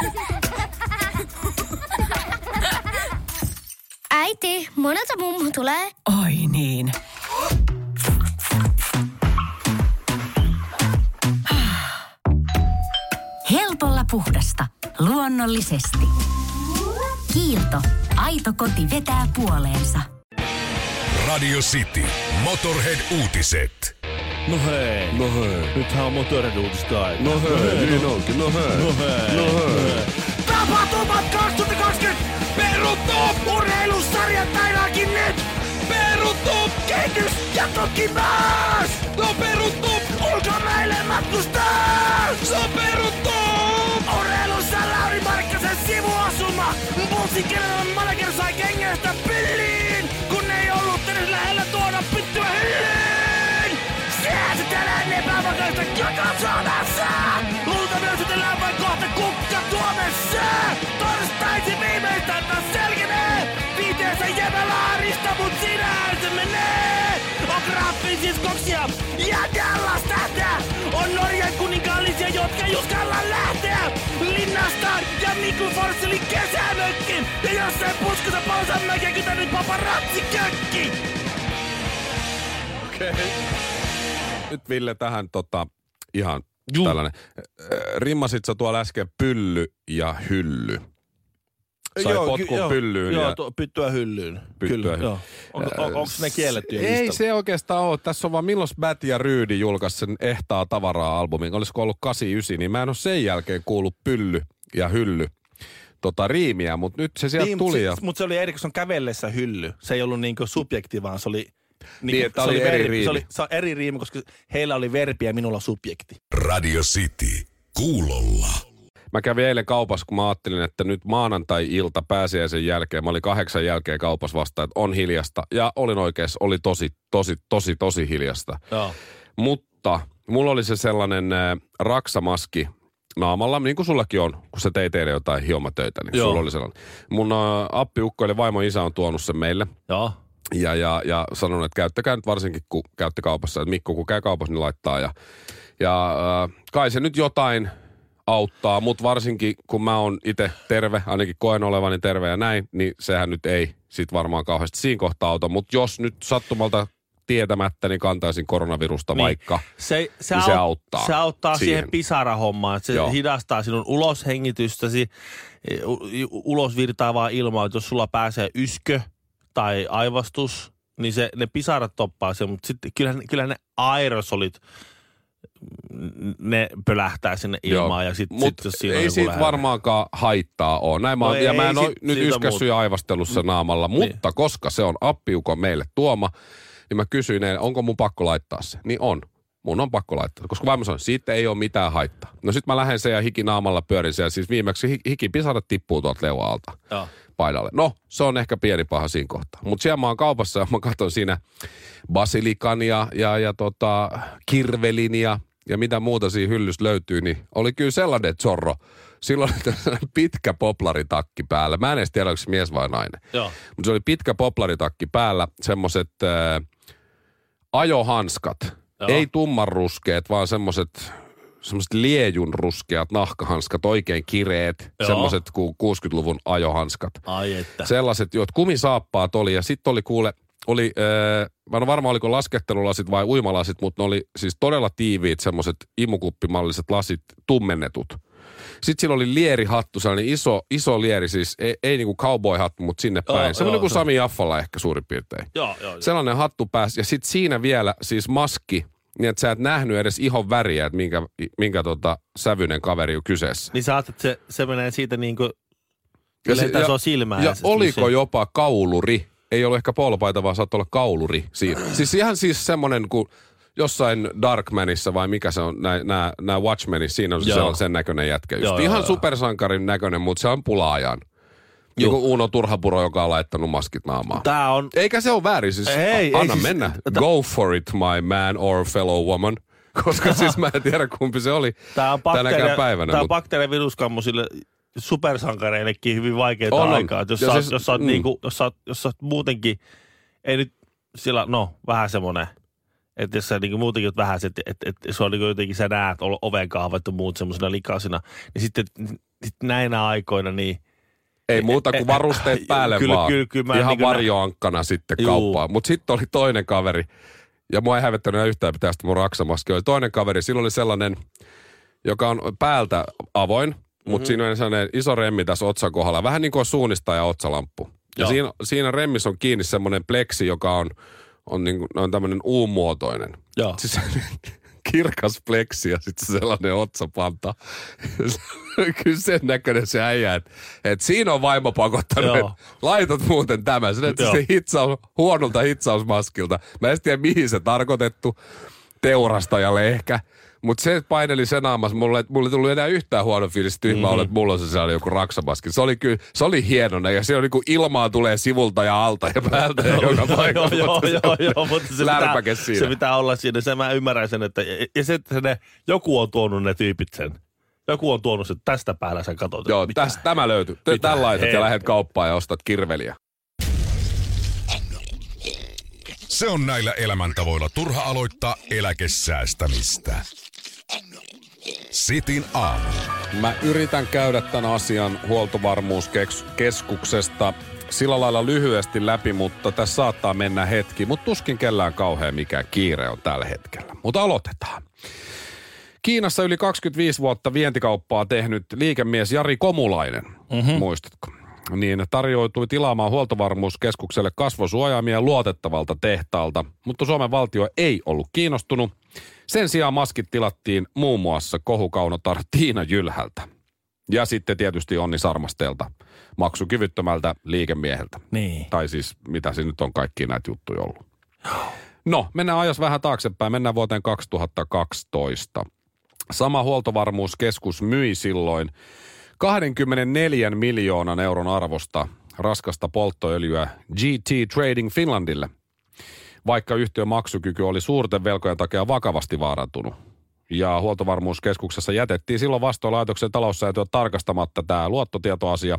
Äiti, monelta mummu tulee? Oi niin. Helpolla puhdasta. Luonnollisesti. Kiilto. Aito koti vetää puoleensa. Radio City. Motorhead-uutiset. No hei. Nythän on Motorhead-uutista aika. No hei, niin onkin. No hei. Tapahtumat 2020! Peruttu! Urheilussarjat ainakin nyt! Peruttu! Kehitys ja tutkimus! No peruttu! Ulkomaille matkustaa! Se on peruttu! Urheilussa Lauri Markkasen sivuasuma! Musiikkinen manager sai kengästä pilliin! Kun ei ollut edes lähellä tuoda pittyä hyllyyn! Säästetään epävakaista joka Suomessa! Luulta myös ytellään vain kohta kukka Tuomessa! Torstaisin viimeistään taas selkenee! Viiteensä Jemelaarista, mut sinään se menee! On Graffin siskoksia ja Dallas tähteä! On Norjan kuninkaallisia, jotka ei uskalla lähteä! Linnasta ja Mikko Forsselin kesämökki! Ja jossain puskassa Pausanmäkiä kytänyt paparazzikökki! Okei. Nyt Ville tähän ihan tällainen. Rimmasit sä tuolla äsken pylly ja hylly? Sai potkun pyllyyn. Joo, pyttyä hyllyyn. Kyllä. Onko ne kiellettyjä Ei listalla? se oikeastaan ole. Tässä on vaan milloin Bät ja Ryydi julkaisi sen Ehtaa tavaraa-albumin. Olisiko ollut 89, niin mä en ole sen jälkeen kuullut pylly ja hylly riimiä, mutta nyt se sieltä tuli. Mutta se oli eri, kun se on kävellessä hylly. Se ei ollut niinku subjekti, vaan se oli... Niin, että oli eri riimi. Se on eri riimi, koska heillä oli verbi ja minulla subjekti. Radio City. Kuulolla. Mä kävin eilen kaupassa, kun mä ajattelin, että nyt maanantai-ilta pääsiäisen jälkeen, mä olin 8 jälkeen kaupassa vasta, että on hiljasta. Ja olin oikeassa, oli tosi hiljasta. Joo. Mutta mulla oli se sellainen raksamaski naamalla, niin kuin sullakin on, kun sä teit teille jotain hiomatöitä, niin sulla oli sellainen. Mun appiukko eli vaimon isä on tuonut sen meille. Joo. Ja sanonut, että käyttäkää nyt varsinkin, kun käytte kaupassa. Että Mikko, kun käy kaupassa, niin laittaa. Ja kai se nyt jotain auttaa, mutta varsinkin kun mä oon itse terve, ainakin koen olevani terve ja näin, niin sehän nyt ei sit varmaan kauheasti siinä kohtaa auta. Mutta jos nyt sattumalta tietämättä, niin kantaisin koronavirusta niin, vaikka, niin se auttaa. Se auttaa siihen pisarahommaan, että se hidastaa sinun uloshengitystäsi, ulosvirtaavaa ilmaa, että jos sulla pääsee yskö tai aivastus, niin ne pisarat toppaa sen, mutta sitten kyllähän ne aerosolit, ne pölähtää sinne ilmaan. Ja mutta ei siitä varmaankaan haittaa ole. Näin mä en ole nyt yskässy ja aivastelussa naamalla, mutta koska se on appiukon meille tuoma, niin mä kysyin, onko mun pakko laittaa se? Niin on. Mun on pakko laittaa. Koska vaimo sanoi, siitä ei ole mitään haittaa. No sit mä lähden sen ja hikinaamalla pyörin siellä. Siis viimeksi hikipisarat tippuu tuolta leuan alta paidalle. No, se on ehkä pieni paha siinä kohtaa. Mutta siellä mä oon kaupassa ja mä katson siinä basilikan ja kirvelin ja mitä muuta siinä hyllystä löytyy, niin oli kyllä sellainen zorro. Silloin oli pitkä poplaritakki päällä. Mä en edes tiedä, onko se mies vai nainen. Mutta se oli pitkä poplaritakki päällä, semmoiset ajohanskat. Ei tummanruskeat, vaan semmoiset liejunruskeat nahkahanskat, oikein kireet. Semmoiset kuin 60-luvun ajohanskat. Ai että. Sellaiset, joita kumisaappaat oli ja sitten oli mä en ole varma, oliko laskettelulasit vai uimalasit, mutta ne oli siis todella tiiviit semmoiset imukuppimalliset lasit, tummennetut. Sitten sillä oli lierihattu, sellainen iso lieri, siis ei niinku cowboy-hattu, mutta sinne päin. Semmoinen kuin Sami Jaffalla ehkä suurin piirtein. Joo. Sellainen hattu pääsi, ja sitten siinä vielä siis maski, niin että sä et nähnyt edes ihon väriä, että minkä sävyinen kaveri on kyseessä. Niin sä ajattelet, että se menee siitä niinku, lentää sua silmään. Ja oliko jopa kauluri? Ei ollut ehkä polopaita, vaan saattoi olla kauluri siinä. Siis ihan siis semmoinen kuin jossain Darkmanissa vai mikä se on, nämä Watchmenissa, siinä on sen näköinen jätkä. Just ihan supersankarin näköinen, mutta se on pulaajan. Niin kuin Uno Turhapuro, joka on laittanut maskit naamaan. Eikä se ole väärin, siis anna mennä. Go for it, my man or fellow woman. Koska siis mä en tiedä, kumpi se oli tänäkään päivänä. Tämä on bakteeriviruskammusille supersankareillekin hyvin vaikeaa aikaa. Jos sä oot muutenkin, ei nyt sillä, vähän semmoinen, että jos sä niinku muutenkin oot vähän, että se on niinku jotenkin, sä näet oven kahvat ja muut semmoisena likaisina, niin sitten näinä aikoina niin... Ei muuta kuin varusteet päälle vaan. Kyllä, ihan niin varjoankkana sitten kauppaan. Mutta sitten oli toinen kaveri, ja mua ei hävettänyt yhtään pitää sitä mun raksamaski. Oli toinen kaveri, sillä oli sellainen, joka on päältä avoin, mutta siinä on sellainen iso remmi tässä otsan kohdalla. Vähän niin kuin suunnistaja otsalamppu. Ja siinä remmissä on kiinni semmoinen pleksi, joka on tämmöinen U-muotoinen. Joo. Siis kirkas pleksi ja sitten sellainen otsapanta. Kyllä sen näköinen se äijä, että siinä on vaimo pakottanut, että laitat muuten tämän. Se huonolta hitsausmaskilta. Mä en tiedä, mihin se tarkoitettu, teurastajalle ehkä. Mutta se paineli sen aamassa, mulle ei tullut enää yhtään huono fiilis tyhmää olla, että mulla on se joku raksamaski. Se oli hienona ja se oli kun ilmaa tulee sivulta ja alta ja päältä ja joka paikalla. Joo, mutta se pitää olla siinä. Se mä ymmärrän sen, että joku on tuonut ne tyypit sen. Joku on tuonut sen, tästä päällä sä katot. Joo, tämä löytyy. Tän laitat ja lähdet kauppaan ja ostat kirveliä. Se on näillä elämäntavoilla turha aloittaa eläkesäästämistä. Sitin aamu. Mä yritän käydä tämän asian huoltovarmuuskeskuksesta sillä lailla lyhyesti läpi, mutta tässä saattaa mennä hetki. Mutta tuskin kellään kauhean mikä kiire on tällä hetkellä. Mutta aloitetaan. Kiinassa yli 25 vuotta vientikauppaa tehnyt liikemies Jari Komulainen, muistatko? Niin tarjoutui tilaamaan huoltovarmuuskeskukselle kasvosuojaimia luotettavalta tehtaalta, mutta Suomen valtio ei ollut kiinnostunut. Sen sijaan maskit tilattiin muun muassa kohukaunotar Tiina Jylhältä. Ja sitten tietysti Onni Sarmasteelta, maksukyvyttömältä liikemieheltä. Niin. Tai siis mitä se nyt on kaikki näitä juttuja ollut. No, mennään ajassa vähän taaksepäin. Mennään vuoteen 2012. Sama huoltovarmuuskeskus myi silloin 24 miljoonan euron arvosta raskasta polttoöljyä GT Trading Finlandille, vaikka yhtiön maksukyky oli suurten velkojen takia vakavasti vaarantunut. Ja huoltovarmuuskeskuksessa jätettiin silloin vastoin laitoksen taloussääntöä tarkastamatta tämä luottotietoasia.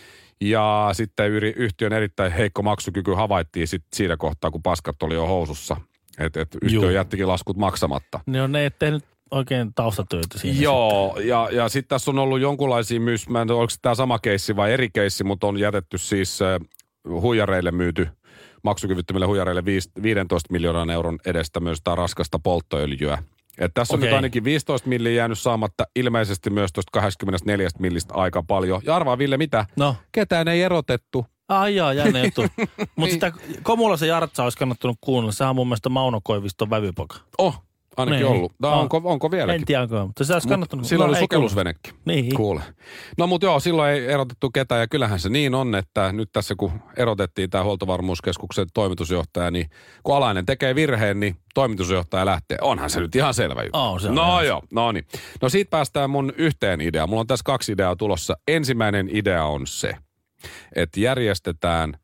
Ja sitten yhtiön erittäin heikko maksukyky havaittiin siinä kohtaa, kun paskat oli jo housussa. Että yhtiö jättikin laskut maksamatta. Ne ei tehnyt oikein taustatöitä siinä. Joo, ja sitten tässä on ollut jonkunlaisia myös, mä en tiedä, oliko tämä sama keissi vai eri keissi, mutta on jätetty siis huijareille myyty, maksukyvyttömille huijareille 15 miljoonan euron edestä myös tämä raskasta polttoöljyä. Että tässä on nyt ainakin 15 milliä jäänyt saamatta, ilmeisesti myös tuosta 24 millistä aika paljon. Ja arvaa Ville, mitä? No. Ketään ei erotettu. Ai jaa, jännä juttu. Mutta sitä Komulaisen Jartsa olisi kannattanut kuunnella. Sehän on mun mielestä Mauno Koiviston vävypoka. Ainakin ollut. Onko vieläkin? En tiedä, onko. Mutta se olisi kannattanut. Silloin oli sukellusvenekin. Niin. Kuule. No mutta joo, silloin ei erotettu ketään ja kyllähän se niin on, että nyt tässä kun erotettiin tämä huoltovarmuuskeskuksen toimitusjohtaja, niin kun alainen tekee virheen, niin toimitusjohtaja lähtee. Onhan se nyt ihan selvä juttu. No joo, no niin. No siitä päästään mun yhteen ideaan. Mulla on tässä 2 ideaa tulossa. Ensimmäinen idea on se, että järjestetään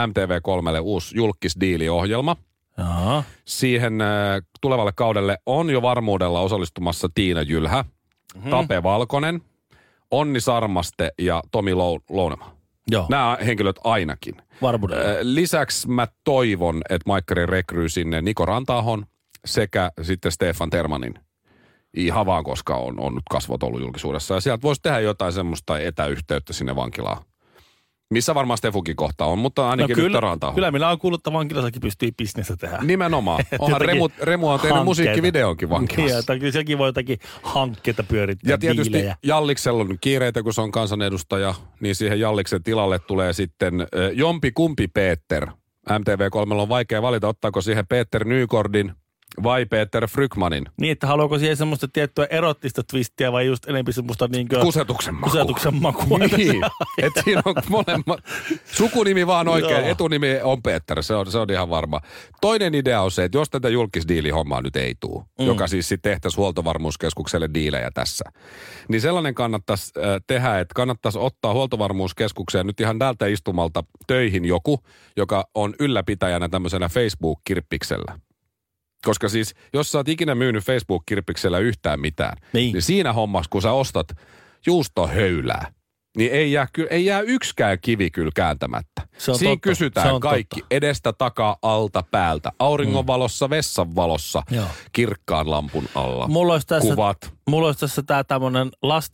MTV3 uusi julkisdiiliohjelma. Aha. Siihen tulevalle kaudelle on jo varmuudella osallistumassa Tiina Jylhä, Tape Valkonen, Onni Sarmaste ja Tomi Lounema. Joo. Nämä henkilöt ainakin. Varmuudella. Lisäksi mä toivon, että Maikkari rekryy sinne Niko Ranta-ahon sekä sitten Stefan Termanin. Ihan vaan, koska on nyt kasvot ollut julkisuudessa. Ja sieltä voisi tehdä jotain semmoista etäyhteyttä sinne vankilaan. Missä varmaan Stefukin kohta on, mutta ainakin nyt Ranta-aho. Kyllä minä olen kuullut, että vankilassakin pystyy bisnestä tehdä. Nimenomaan. Onhan Remu on tehnyt musiikkivideonkin vankilassa. Niin, kyllä sekin voi jotakin hankkeita pyörittää. Ja tietysti diilejä. Jalliksella on kiireitä, kun se on kansanedustaja, niin siihen Jalliksen tilalle tulee sitten jompikumpi Peter. MTV3 on vaikea valita, ottaako siihen Peter Nykordin vai Peter Frykmanin. Niin, että haluaako siihen semmoista tiettyä erottista twistiä vai just enemmän semmoista niinkö... Kusetuksen makua. Niin, että siinä on molemmat. Sukunimi vaan oikein, etunimi on Peter, se on ihan varma. Toinen idea on se, että jos tätä julkisdiilihommaa nyt ei tule, joka siis sitten tehtäisiin huoltovarmuuskeskukselle diilejä tässä, niin sellainen kannattaisi tehdä, että kannattaisi ottaa huoltovarmuuskeskukseen nyt ihan tältä istumalta töihin joku, joka on ylläpitäjänä tämmöisenä Facebook-kirppiksellä. Koska siis, jos sä oot ikinä myynyt Facebook-kirppiksellä yhtään mitään, niin siinä hommassa, kun sä ostat juustohöylää, niin ei jää yksikään kivi kyllä kääntämättä. Siinä kysytään kaikki edestä, takaa, alta, päältä, auringonvalossa, vessan valossa, kirkkaan lampun alla, mulla olisi tässä, kuvat. Mulla olisi tässä tää tämmönen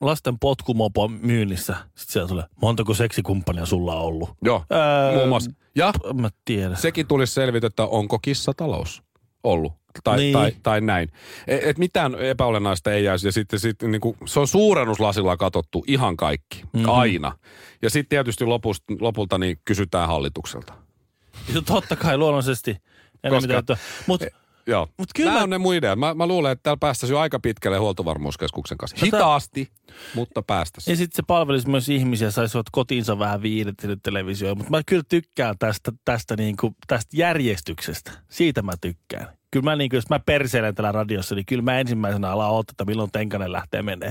lasten potkumopo myynnissä. Sitten siellä tulee, montako seksikumppania sulla on ollut? Joo, muun muassa. Ja mä tiedän. sekin tulisi selvitetä, onko kissatalous ollut. Tai näin. Et mitään epäolennaista ei jäisi. Ja sitten niinku, se on suurennuslasilla katsottu ihan kaikki. Aina. Ja sitten tietysti lopulta niin kysytään hallitukselta. Ja totta kai luonnollisesti. Joo. Nämä on ne mun ideat. Mä luulen, että täällä päästäisiin jo aika pitkälle Huoltovarmuuskeskuksen kanssa. Hitaasti, mutta päästäisiin. Ja sitten se palvelisi myös ihmisiä, saisivat kotiinsa vähän viihdettänyt televisioon. Mutta mä kyllä tykkään tästä järjestyksestä. Siitä mä tykkään. Kyllä mä jos mä perseilen täällä radiossa, niin kyllä mä ensimmäisenä alan odottaa, että milloin Tenkanen lähtee menee.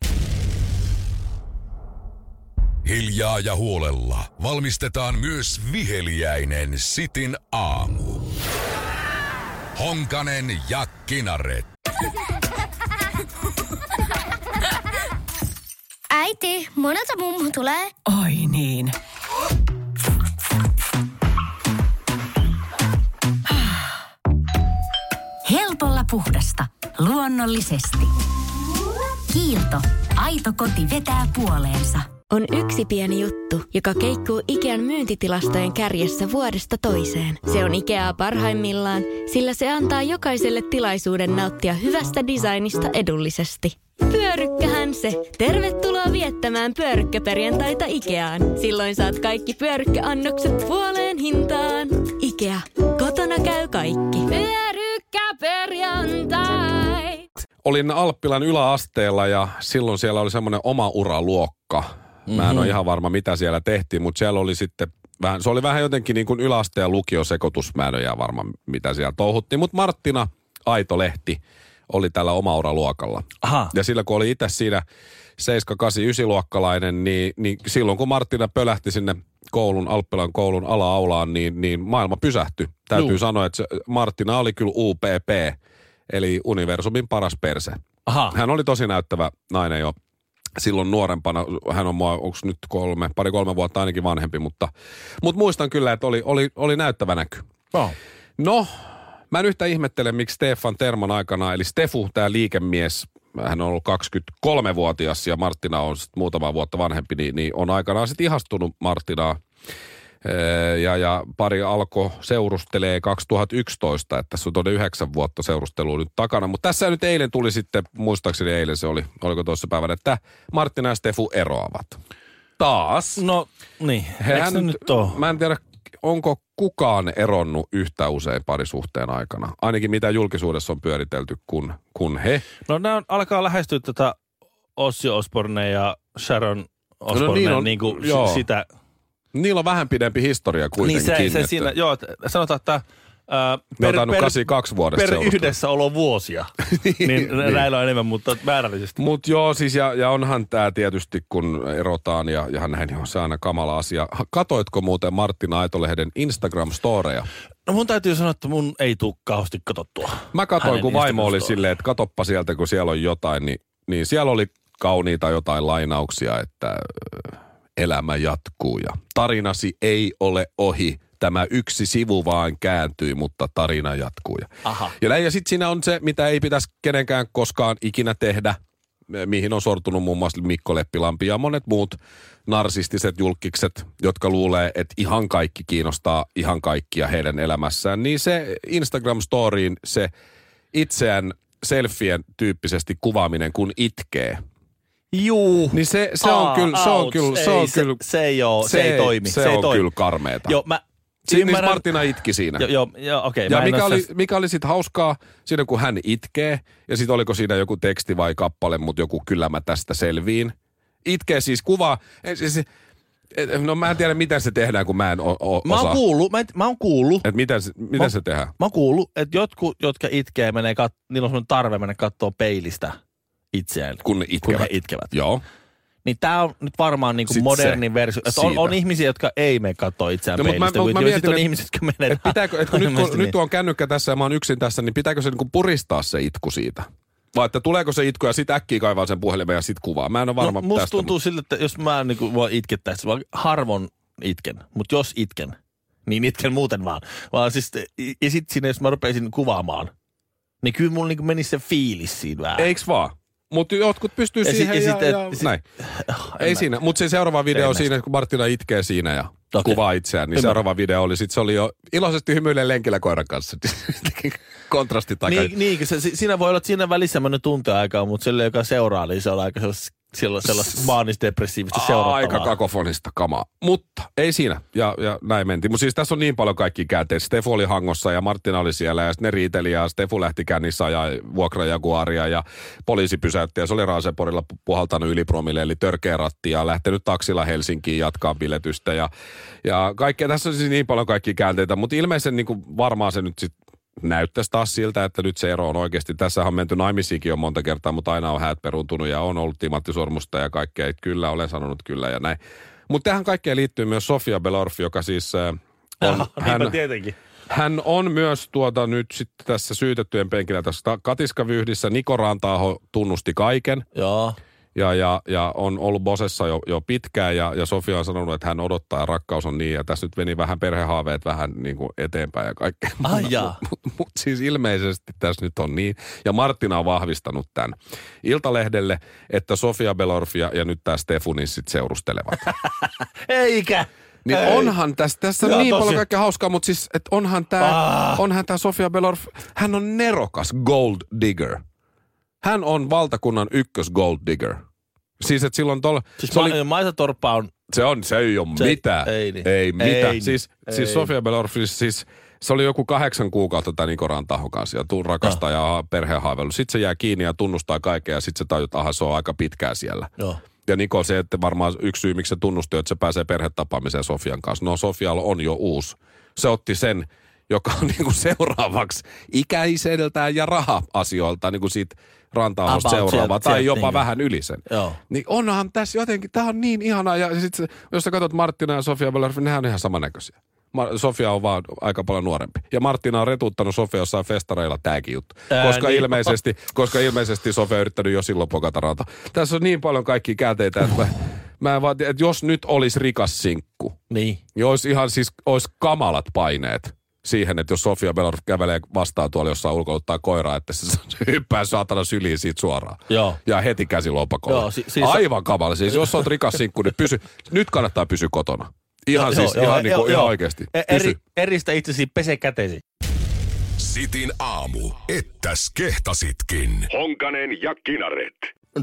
Hiljaa ja huolella valmistetaan myös viheliäinen Sitin aamu. Honkanen ja Kinaret. Äiti, monelta mummu tulee? Oi niin. Helpolla puhdasta. Luonnollisesti. Kiilto. Aito koti vetää puoleensa. On yksi pieni juttu, joka keikkuu Ikean myyntitilastojen kärjessä vuodesta toiseen. Se on Ikeaa parhaimmillaan, sillä se antaa jokaiselle tilaisuuden nauttia hyvästä designista edullisesti. Pyörykkähän se! Tervetuloa viettämään pyörykkäperjantaita Ikeaan. Silloin saat kaikki pyörykkäannokset puoleen hintaan. Ikea. Kotona käy kaikki. Pyörykkäperjantai! Olin Alppilan yläasteella ja silloin siellä oli semmoinen oma uraluokka. Mä en ole ihan varma, mitä siellä tehtiin, mutta siellä oli sitten vähän, se oli vähän jotenkin niin kuin yläaste- ja lukiosekoitus. Mä en ole ihan varma, mitä siellä touhuttiin. Mutta Marttina Aito-Lehti oli tällä oma uraluokalla. Aha. Ja sillä kun oli itse siinä 7, 8, 9-luokkalainen, niin silloin kun Marttina pölähti sinne Alppilan koulun ala-aulaan, niin maailma pysähtyi. Täytyy sanoa, että Marttina oli kyllä UPP, eli universumin paras perse. Aha. Hän oli tosi näyttävä nainen jo silloin nuorempana. Hän on mua, onko nyt 3 vuotta ainakin vanhempi, mutta muistan kyllä, että oli näyttävä näky. Oh. No, mä en yhtä ihmettele, miksi Stefan Terman aikana, eli Stefu, tämä liikemies, hän on ollut 23-vuotias ja Marttina on sitten muutama vuotta vanhempi, niin on aikanaan sitten ihastunut Marttinaa. Ja pari alkoi seurustelee 2011, että tässä on todella 9 vuotta seurustelua nyt takana. Mutta tässä nyt eilen tuli sitten, muistaakseni eilen se oli, oliko tuossa päivänä, että Marttina ja Stefu eroavat. Taas. No niin, eikö se nyt ole? Mä en tiedä, onko kukaan eronnut yhtä usein parisuhteen aikana. Ainakin mitä julkisuudessa on pyöritelty kun he. No nämä alkaa lähestyä tätä Ozzy Osbourne ja Sharon Osbourne niin kuin sitä. Niillä on vähän pidempi historia kuitenkin. Niin se siinä, joo, sanotaan, että ne on tainnut 82 vuodesta per yhdessäolo vuosia. niin näillä on enemmän, mutta määrällisesti. Mutta joo, siis ja onhan tämä tietysti, kun erotaan ja näin on se aina kamala asia. Katoitko muuten Marttina Aito-lehden Instagram-storeja? No mun täytyy sanoa, että mun ei tule kauheasti katsottua. Mä katoin, kun vaimo oli silleen, että katoppa sieltä, kun siellä on jotain, niin siellä oli kauniita jotain lainauksia, että elämä jatkuu ja tarinasi ei ole ohi. Tämä yksi sivu vaan kääntyi, mutta tarina jatkuu. Ja sitten siinä on se, mitä ei pitäisi kenenkään koskaan ikinä tehdä, mihin on sortunut muun muassa Mikko Leppilampi ja monet muut narsistiset julkikset, jotka luulee, että ihan kaikki kiinnostaa ihan kaikkia heidän elämässään. Niin se Instagram-storiin, se itseään selfien tyyppisesti kuvaaminen, kun itkee. Juu. Niin se ei toimi. Se on kyllä karmeeta. Joo, Niin Marttina itki siinä. Joo, okei. Ja mikä oli sitten hauskaa siinä, kun hän itkee, ja sitten oliko siinä joku teksti vai kappale, mutta joku kyllä mä tästä selviin. Itkee siis kuvaa. No mä en tiedä, miten se tehdään, kun mä en osaa. Mä oon kuullut. Että miten se tehdään? Mä oon kuullut, että jotkut, jotka itkee, niillä on semmoinen tarve mennä katsoa peilistä itseään. Kun he itkevät. Joo. Niin tää on nyt varmaan niinku modernin versio. On ihmisiä, jotka ei mene katsoa itseään peilistä. Sitten on ihmisiä, jotka menee. Nyt on kännykkä tässä ja mä oon yksin tässä, niin pitääkö se niinku puristaa se itku siitä? Vai että tuleeko se itku ja sit äkkiä kaivaa sen puhelimen ja sit kuvaa? Mä en ole varma tästä. Musta tuntuu siltä, että jos mä niinku mua itkettäisiin, vaan harvoin itken. Mutta jos itken, niin itken muuten vaan. Siis, ja sit siinä, jos mä rupeisin kuvaamaan, niin kyllä mulla niinku menisi se fiilis siinä vähän. Eiks vaan? Mutta jotkut pystyy siihen näin. Ei siinä, mutta se seuraava video on siinä, kun Martina itkee siinä ja kuvaa itseään, niin seuraava video oli, se oli jo iloisesti hymyilen lenkillä koiran kanssa. Kontrasti takaisin. Niin, siinä voi olla, että siinä välissä semmoinen tunteaikaa, mutta sille, joka seuraa, niin se on aika sellaista maanis-depressiivistä seurattavaa. Aika kakofonista kamaa. Mutta ei siinä. Ja näin mentiin. Mutta siis tässä on niin paljon kaikki käänteitä. Stefu oli Hangossa ja Martina oli siellä ja sitten ne riiteli ja Stefu lähti kännissä ja vuokrajaguaria ja poliisi pysäytti ja se oli Raaseporilla puhaltanut ylipromille eli törkeä ratti ja lähtenyt taksilla Helsinkiin jatkaa biletystä ja kaikkea. Tässä on siis niin paljon kaikki käänteitä, mutta ilmeisen niin kuin varmaan se nyt sitten näyttäisi taas siltä, että nyt se ero on oikeasti. Tässähän on menty naimisiinkin jo monta kertaa, mutta aina on häät peruuntunut ja on ollut timanttisormusta ja kaikkea. Kyllä, olen sanonut kyllä ja näin. Mutta tähän kaikkeen liittyy myös Sofia Belorfi, joka siis on... Hän on myös nyt sitten tässä syytettyjen penkillä tässä katiskavyyhdissä. Niko Ranta-aho tunnusti kaiken. Joo. Ja on ollut Bosessa jo pitkään ja Sofia on sanonut, että hän odottaa ja rakkaus on niin. Ja tässä nyt meni vähän perhehaaveet vähän niin kuin eteenpäin ja kaikkea. Mutta siis ilmeisesti tässä nyt on niin. Ja Martina on vahvistanut tämän Iltalehdelle, että Sofia Belorfi ja nyt tämä Stefunin sitten seurustelevat. Eikä! Niin onhan tässä on niin paljon kaikkea hauskaa, mutta siis, että onhan tämä Sofia Belorfi, hän on nerokas gold digger. Hän on valtakunnan ykkös gold digger. Siis että silloin Siis Maisa Torppa on... Se ei ole mitään. Ei mitään. Siis Sofia Belorfi, siis se oli joku 8 kuukautta tämän Niko Rantahon kanssa ja rakastaa ja perhehaaveilu. Sitten se jää kiinni ja tunnustaa kaiken ja sitten se tajut, että se on aika pitkään siellä. Joo. Ja Niko, se että varmaan yksi syy, miksi se tunnusti, että se pääsee perhetapaamiseen Sofian kanssa. No Sofialla on jo uusi. Se otti sen, joka on niinku seuraavaksi ikäiseltään ja raha-asioilta niinku siitä Ranta-ahosta seuraava tai jopa vähän yli sen. Joo. Niin onhan tässä jotenkin, tämä on niin ihanaa ja sitten jos sä katsot Martina ja Sofia Belorfi, nehän on ihan samannäköisiä. Sofia on vaan aika paljon nuorempi. Ja Martina on retuuttanut Sofia jossain festareilla tääkin juttu. Koska ilmeisesti Sofia on yrittänyt jo silloin pokata Ranta. Tässä on niin paljon kaikkia käänteitä, että mä en vaan tiedä, että jos nyt olisi rikas sinkku, niin olisi ihan siis, olisi kamalat paineet siihen, että jos Sofia Belorfi kävelee vastaan tuolla jossain ulkoiluttaa koiraa, että se hyppää saatana syliin siitä suoraan. Joo. Ja heti käsi lompakolla. Aivan kamala. Siis jos olet rikas sinkku, niin nyt kannattaa pysyä kotona. Ihan ihan oikeasti. Eristä itsesi, pese kätesi. Sitin aamu. Ettäs kehtasitkin. Honkanen ja Kinaret.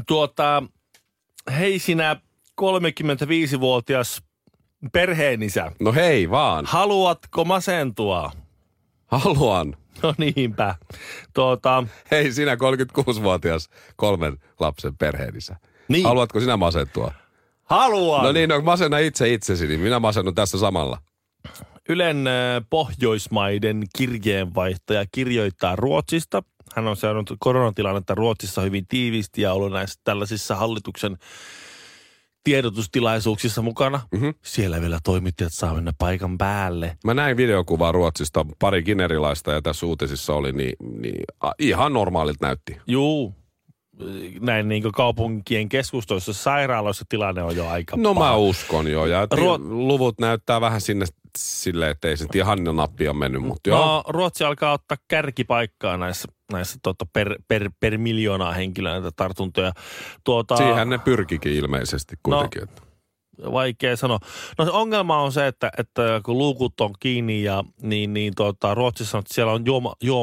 Hei sinä 35-vuotias perheenisä. No hei vaan. Haluatko masentua? Haluan. No niinpä. Hei sinä 36-vuotias 3 lapsen perheenisä. Niin. Haluatko sinä masentua? Haluan. No niin, masenna itsesi, niin minä masennun tässä samalla. Ylen Pohjoismaiden kirjeenvaihtaja kirjoittaa Ruotsista. Hän on seurannut koronatilannetta Ruotsissa hyvin tiiviisti ja ollut näissä tällaisissa hallituksen tiedotustilaisuuksissa mukana. Mm-hmm. Siellä vielä toimittajat saa mennä paikan päälle. Mä näin videokuvaa Ruotsista, parikin erilaista ja tässä uutisissa oli, niin ihan normaalit näytti. Juu. Näin niin kuin kaupunkien keskustoissa, sairaaloissa tilanne on jo aika No paha. Mä uskon jo. Ja luvut näyttää vähän sinne silleen, että ei se ihan nappi on mennyt. Mutta joo. Ruotsi alkaa ottaa kärkipaikkaa näissä per miljoonaa henkilöä näitä tartuntoja. Siihen ne pyrkikin ilmeisesti kuitenkin. Vaikea sanoa. No se ongelma on se, että kun luukut on kiinni ja niin Ruotsissa on, että siellä on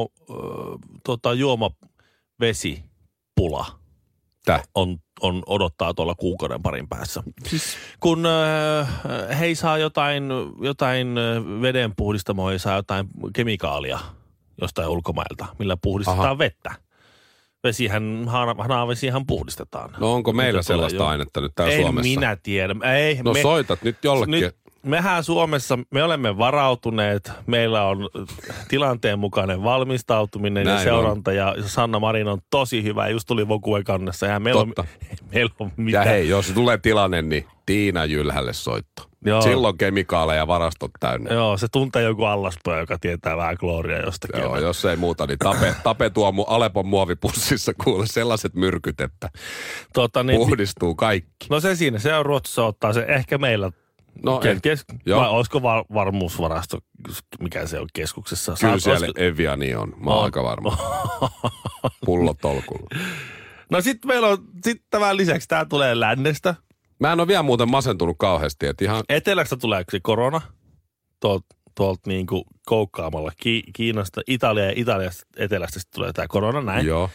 juomavesipula. On odottaa tuolla kuukauden parin päässä. Siis kun he ei saa jotain vedenpuhdistamoa, ei saa jotain kemikaalia jostain ulkomailta, millä puhdistetaan vettä. Hanavesihan puhdistetaan. No onko meillä sellaista ainetta nyt täällä Suomessa? En minä tiedä. Soitat nyt jollekin. Mehän Suomessa, me olemme varautuneet, meillä on tilanteen mukainen valmistautuminen ja seuranta ja Sanna Marin on tosi hyvä. Just tuli Vokuen kannessa ja meillä on mitään. Ja hei, jos tulee tilanne, niin Tiina Jylhälle soitto. Joo. Silloin kemikaaleja ja varastot täynnä. Joo, se tuntee joku allaspöä, joka tietää vähän klooria jostakin. Joo, jos ei muuta, niin tape tuo Alepon muovipussissa kuule sellaiset myrkyt, että puhdistuu kaikki. No se siinä, se on Ruotsissa ottaa se ehkä meillä. No vai olisiko varmuusvarasto, mikä se on keskuksessa? Kyllä siellä Eviani on, mä oon aika varma. Pullo tolkulla. No sit meillä on, tämän lisäksi tää tulee lännestä. Mä en ole vielä muuten masentunut kauheasti, että ihan... Etelästä tulee se korona, tuolta niinku koukkaamalla Kiinasta, Italia ja Italiasta etelästä tulee tää korona, näin. Joo.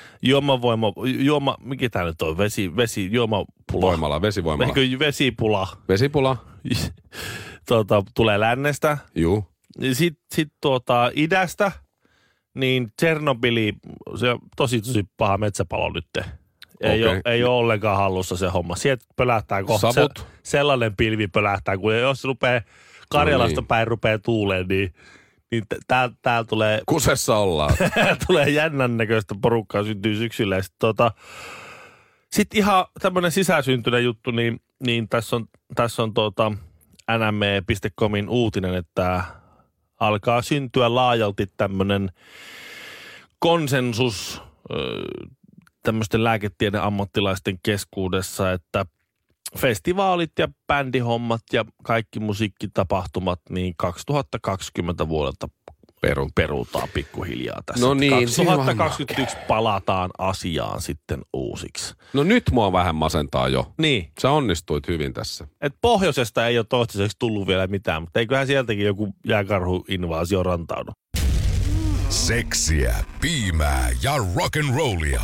Mikä tää nyt on? Juomapula. Vesivoimala. Vesipula. Vesipula. Tulee lännestä. Juu. Sitten idästä, niin Tšernobyli, se on tosi paha metsäpalo nyt. Ei ole ollenkaan hallussa se homma. Sieltä pölähtää kohta. Sellainen pilvi pölähtää, kun jos rupeaa Karjalasta päin rupeaa tuuleen, niin täällä tulee... Kusessa ollaan. tulee jännän näköistä porukkaa, syntyy syksyllä. Sitten ihan tämmöinen sisäsyntyinen juttu, niin tässä on nme.comin uutinen, että alkaa syntyä laajalti tämmöinen konsensus tämmöisten lääketieden ammattilaisten keskuudessa, että festivaalit ja bändihommat ja kaikki musiikkitapahtumat niin 2020 vuodelta perutaan pikkuhiljaa tässä. No niin, 2021 palataan asiaan sitten uusiksi. No nyt mua vähän masentaa jo. Niin. Sä onnistuit hyvin tässä. Et pohjoisesta ei ole toistaiseksi tullut vielä mitään, mutta eiköhän sieltäkin joku jääkarhu-invaasio rantaudu. Seksiä, piimää ja rock'n'rollia.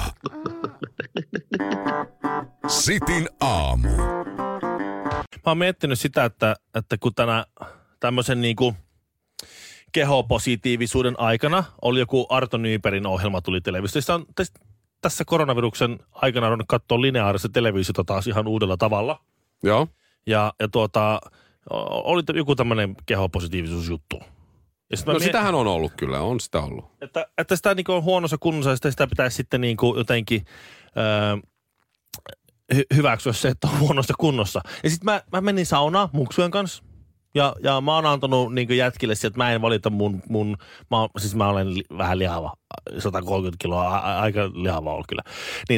Sitin aamu. Mä oon miettinyt sitä, että kun tämmöisen niinku kehopositiivisuuden aikana oli joku Arto Nybergin ohjelma tuli televisiosta. Tässä koronaviruksen aikana on katsoa lineaarista televisiota taas ihan uudella tavalla. Joo. Ja oli joku tämmöinen kehopositiivisuusjuttu. No sitähän on ollut kyllä, on sitä ollut. Että sitä niinku on huonossa kunnossa ja sitä pitäisi sitten niinku jotenkin hyväksyä se, että on huonossa kunnossa. Ja sitten mä menin saunaan muksujen kanssa. Ja mä oon antanut niin jätkille sieltä, että mä en valita mä olen vähän lihava, 130 kiloa, aika lihava on kyllä.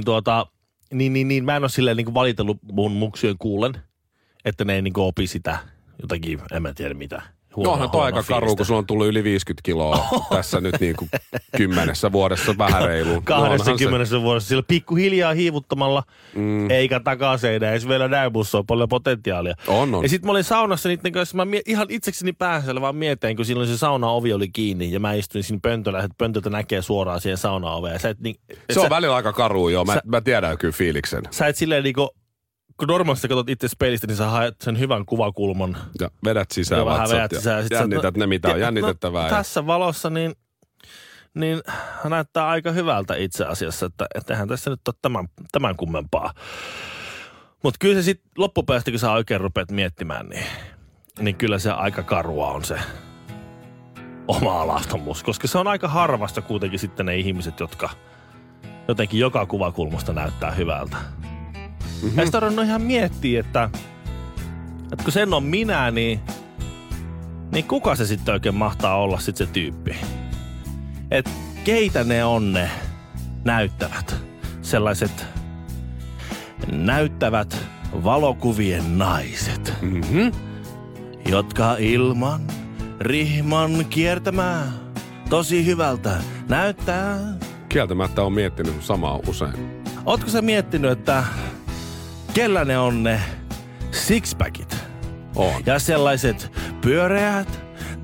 Niin mä en ole silleen niin valitellut mun muksujen kuulen, että ne ei niin opi sitä jotakin, en mä tiedä mitä. Onhan toi aika karu, kun sulla on tullut yli 50 kiloa tässä nyt niin kuin 10 vuodessa vähän reiluun. 20 vuodessa sillä pikkuhiljaa hiivuttamalla, eikä takaseinä, ei se vielä näy, musta on paljon potentiaalia. On. Ja sit mä olin saunassa niiden kanssa, mä ihan itsekseni pääsellä vaan mietin, kun silloin se saunaovi oli kiinni ja mä istuin siinä pöntöllä, että pöntöltä näkee suoraan siihen saunaoveen. Se on välillä aika karu, joo, mä tiedän kyllä fiiliksen. Sä et silleen niinku... Kun normaalisti katsot itse peilistä, niin sä haet sen hyvän kuvakulman. Ja vedät sisään vatsat ja jännität ne, mitä on jännitettävää. No, tässä valossa niin näyttää aika hyvältä itse asiassa, että eihän tässä nyt ole tämän kummempaa. Mutta kyllä se sitten loppupäästä, kun sä oikein rupeat miettimään, niin kyllä se aika karua on se oma alastomuus. Koska se on aika harvasta kuitenkin sitten ne ihmiset, jotka jotenkin joka kuvakulmasta näyttää hyvältä. Mm-hmm. Ja sitä on ihan miettiä, että kun sen on minä, niin kuka se sitten oikein mahtaa olla sitten se tyyppi? Että keitä ne on ne näyttävät? Sellaiset näyttävät valokuvien naiset, jotka ilman rihman kiertämään tosi hyvältä näyttää. Kieltämättä on miettinyt samaa usein. Ootko sä miettinyt, että kellä ne on ne sixpackit? On. Ja sellaiset pyöreät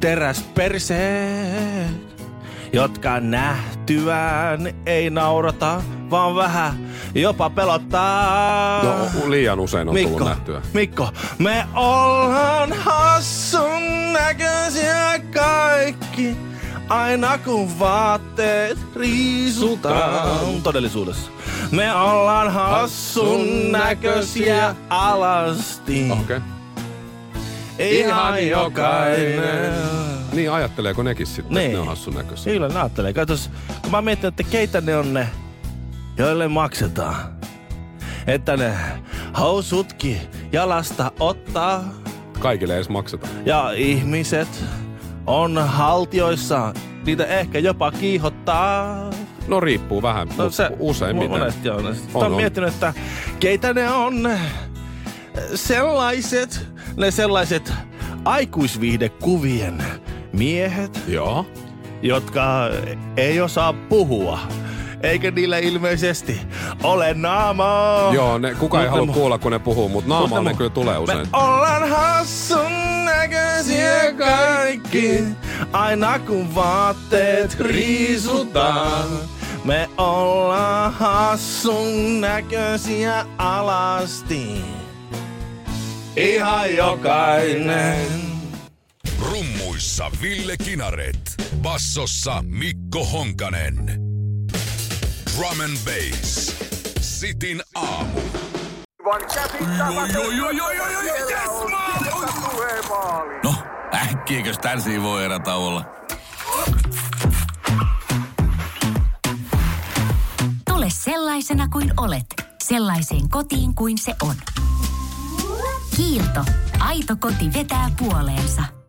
teräsperseet, jotka nähtyään ei naurata, vaan vähän jopa pelottaa. No liian usein on tullut nähtyä. Mikko, me ollaan hassun näköisiä kaikki, aina kun vaatteet riisutaan. Todellisuudessa. Me ollaan hassun näköisiä alasti. Okei. Ihan jokainen. Niin ajatteleeko nekin sitten, että ne on hassun näköisiä? Kyllä ne ajattelee. Katos, kun mä mietin, että keitä ne on ne, joille maksetaan. Että ne housutkin jalasta ottaa. Kaikille edes maksetaan. Ja ihmiset on haltioissa, niitä ehkä jopa kiihottaa. No riippuu vähän, no, useimmiten. Monesti on. On miettinyt, että keitä ne on sellaiset aikuisviihdekuvien miehet, joo, jotka ei osaa puhua Eikä niillä ilmeisesti ole naamaa. Joo, kukaan ei halua kuulla, kun ne puhuu, mutta naamaa ne kyllä tulee usein. Me ollaan hassun näköisiä kaikki, aina kun vaatteet riisutaan. Me ollaan hassun näköisiä alasti, ihan jokainen. Rummuissa Ville Kinaret. Bassossa Mikko Honkanen. Drum and Bass. Sitin aamu. No, äkkiäkös tän voi erätä olla? Tule sellaisena kuin olet, sellaiseen kotiin kuin se on. Kiilto. Aito koti vetää puoleensa.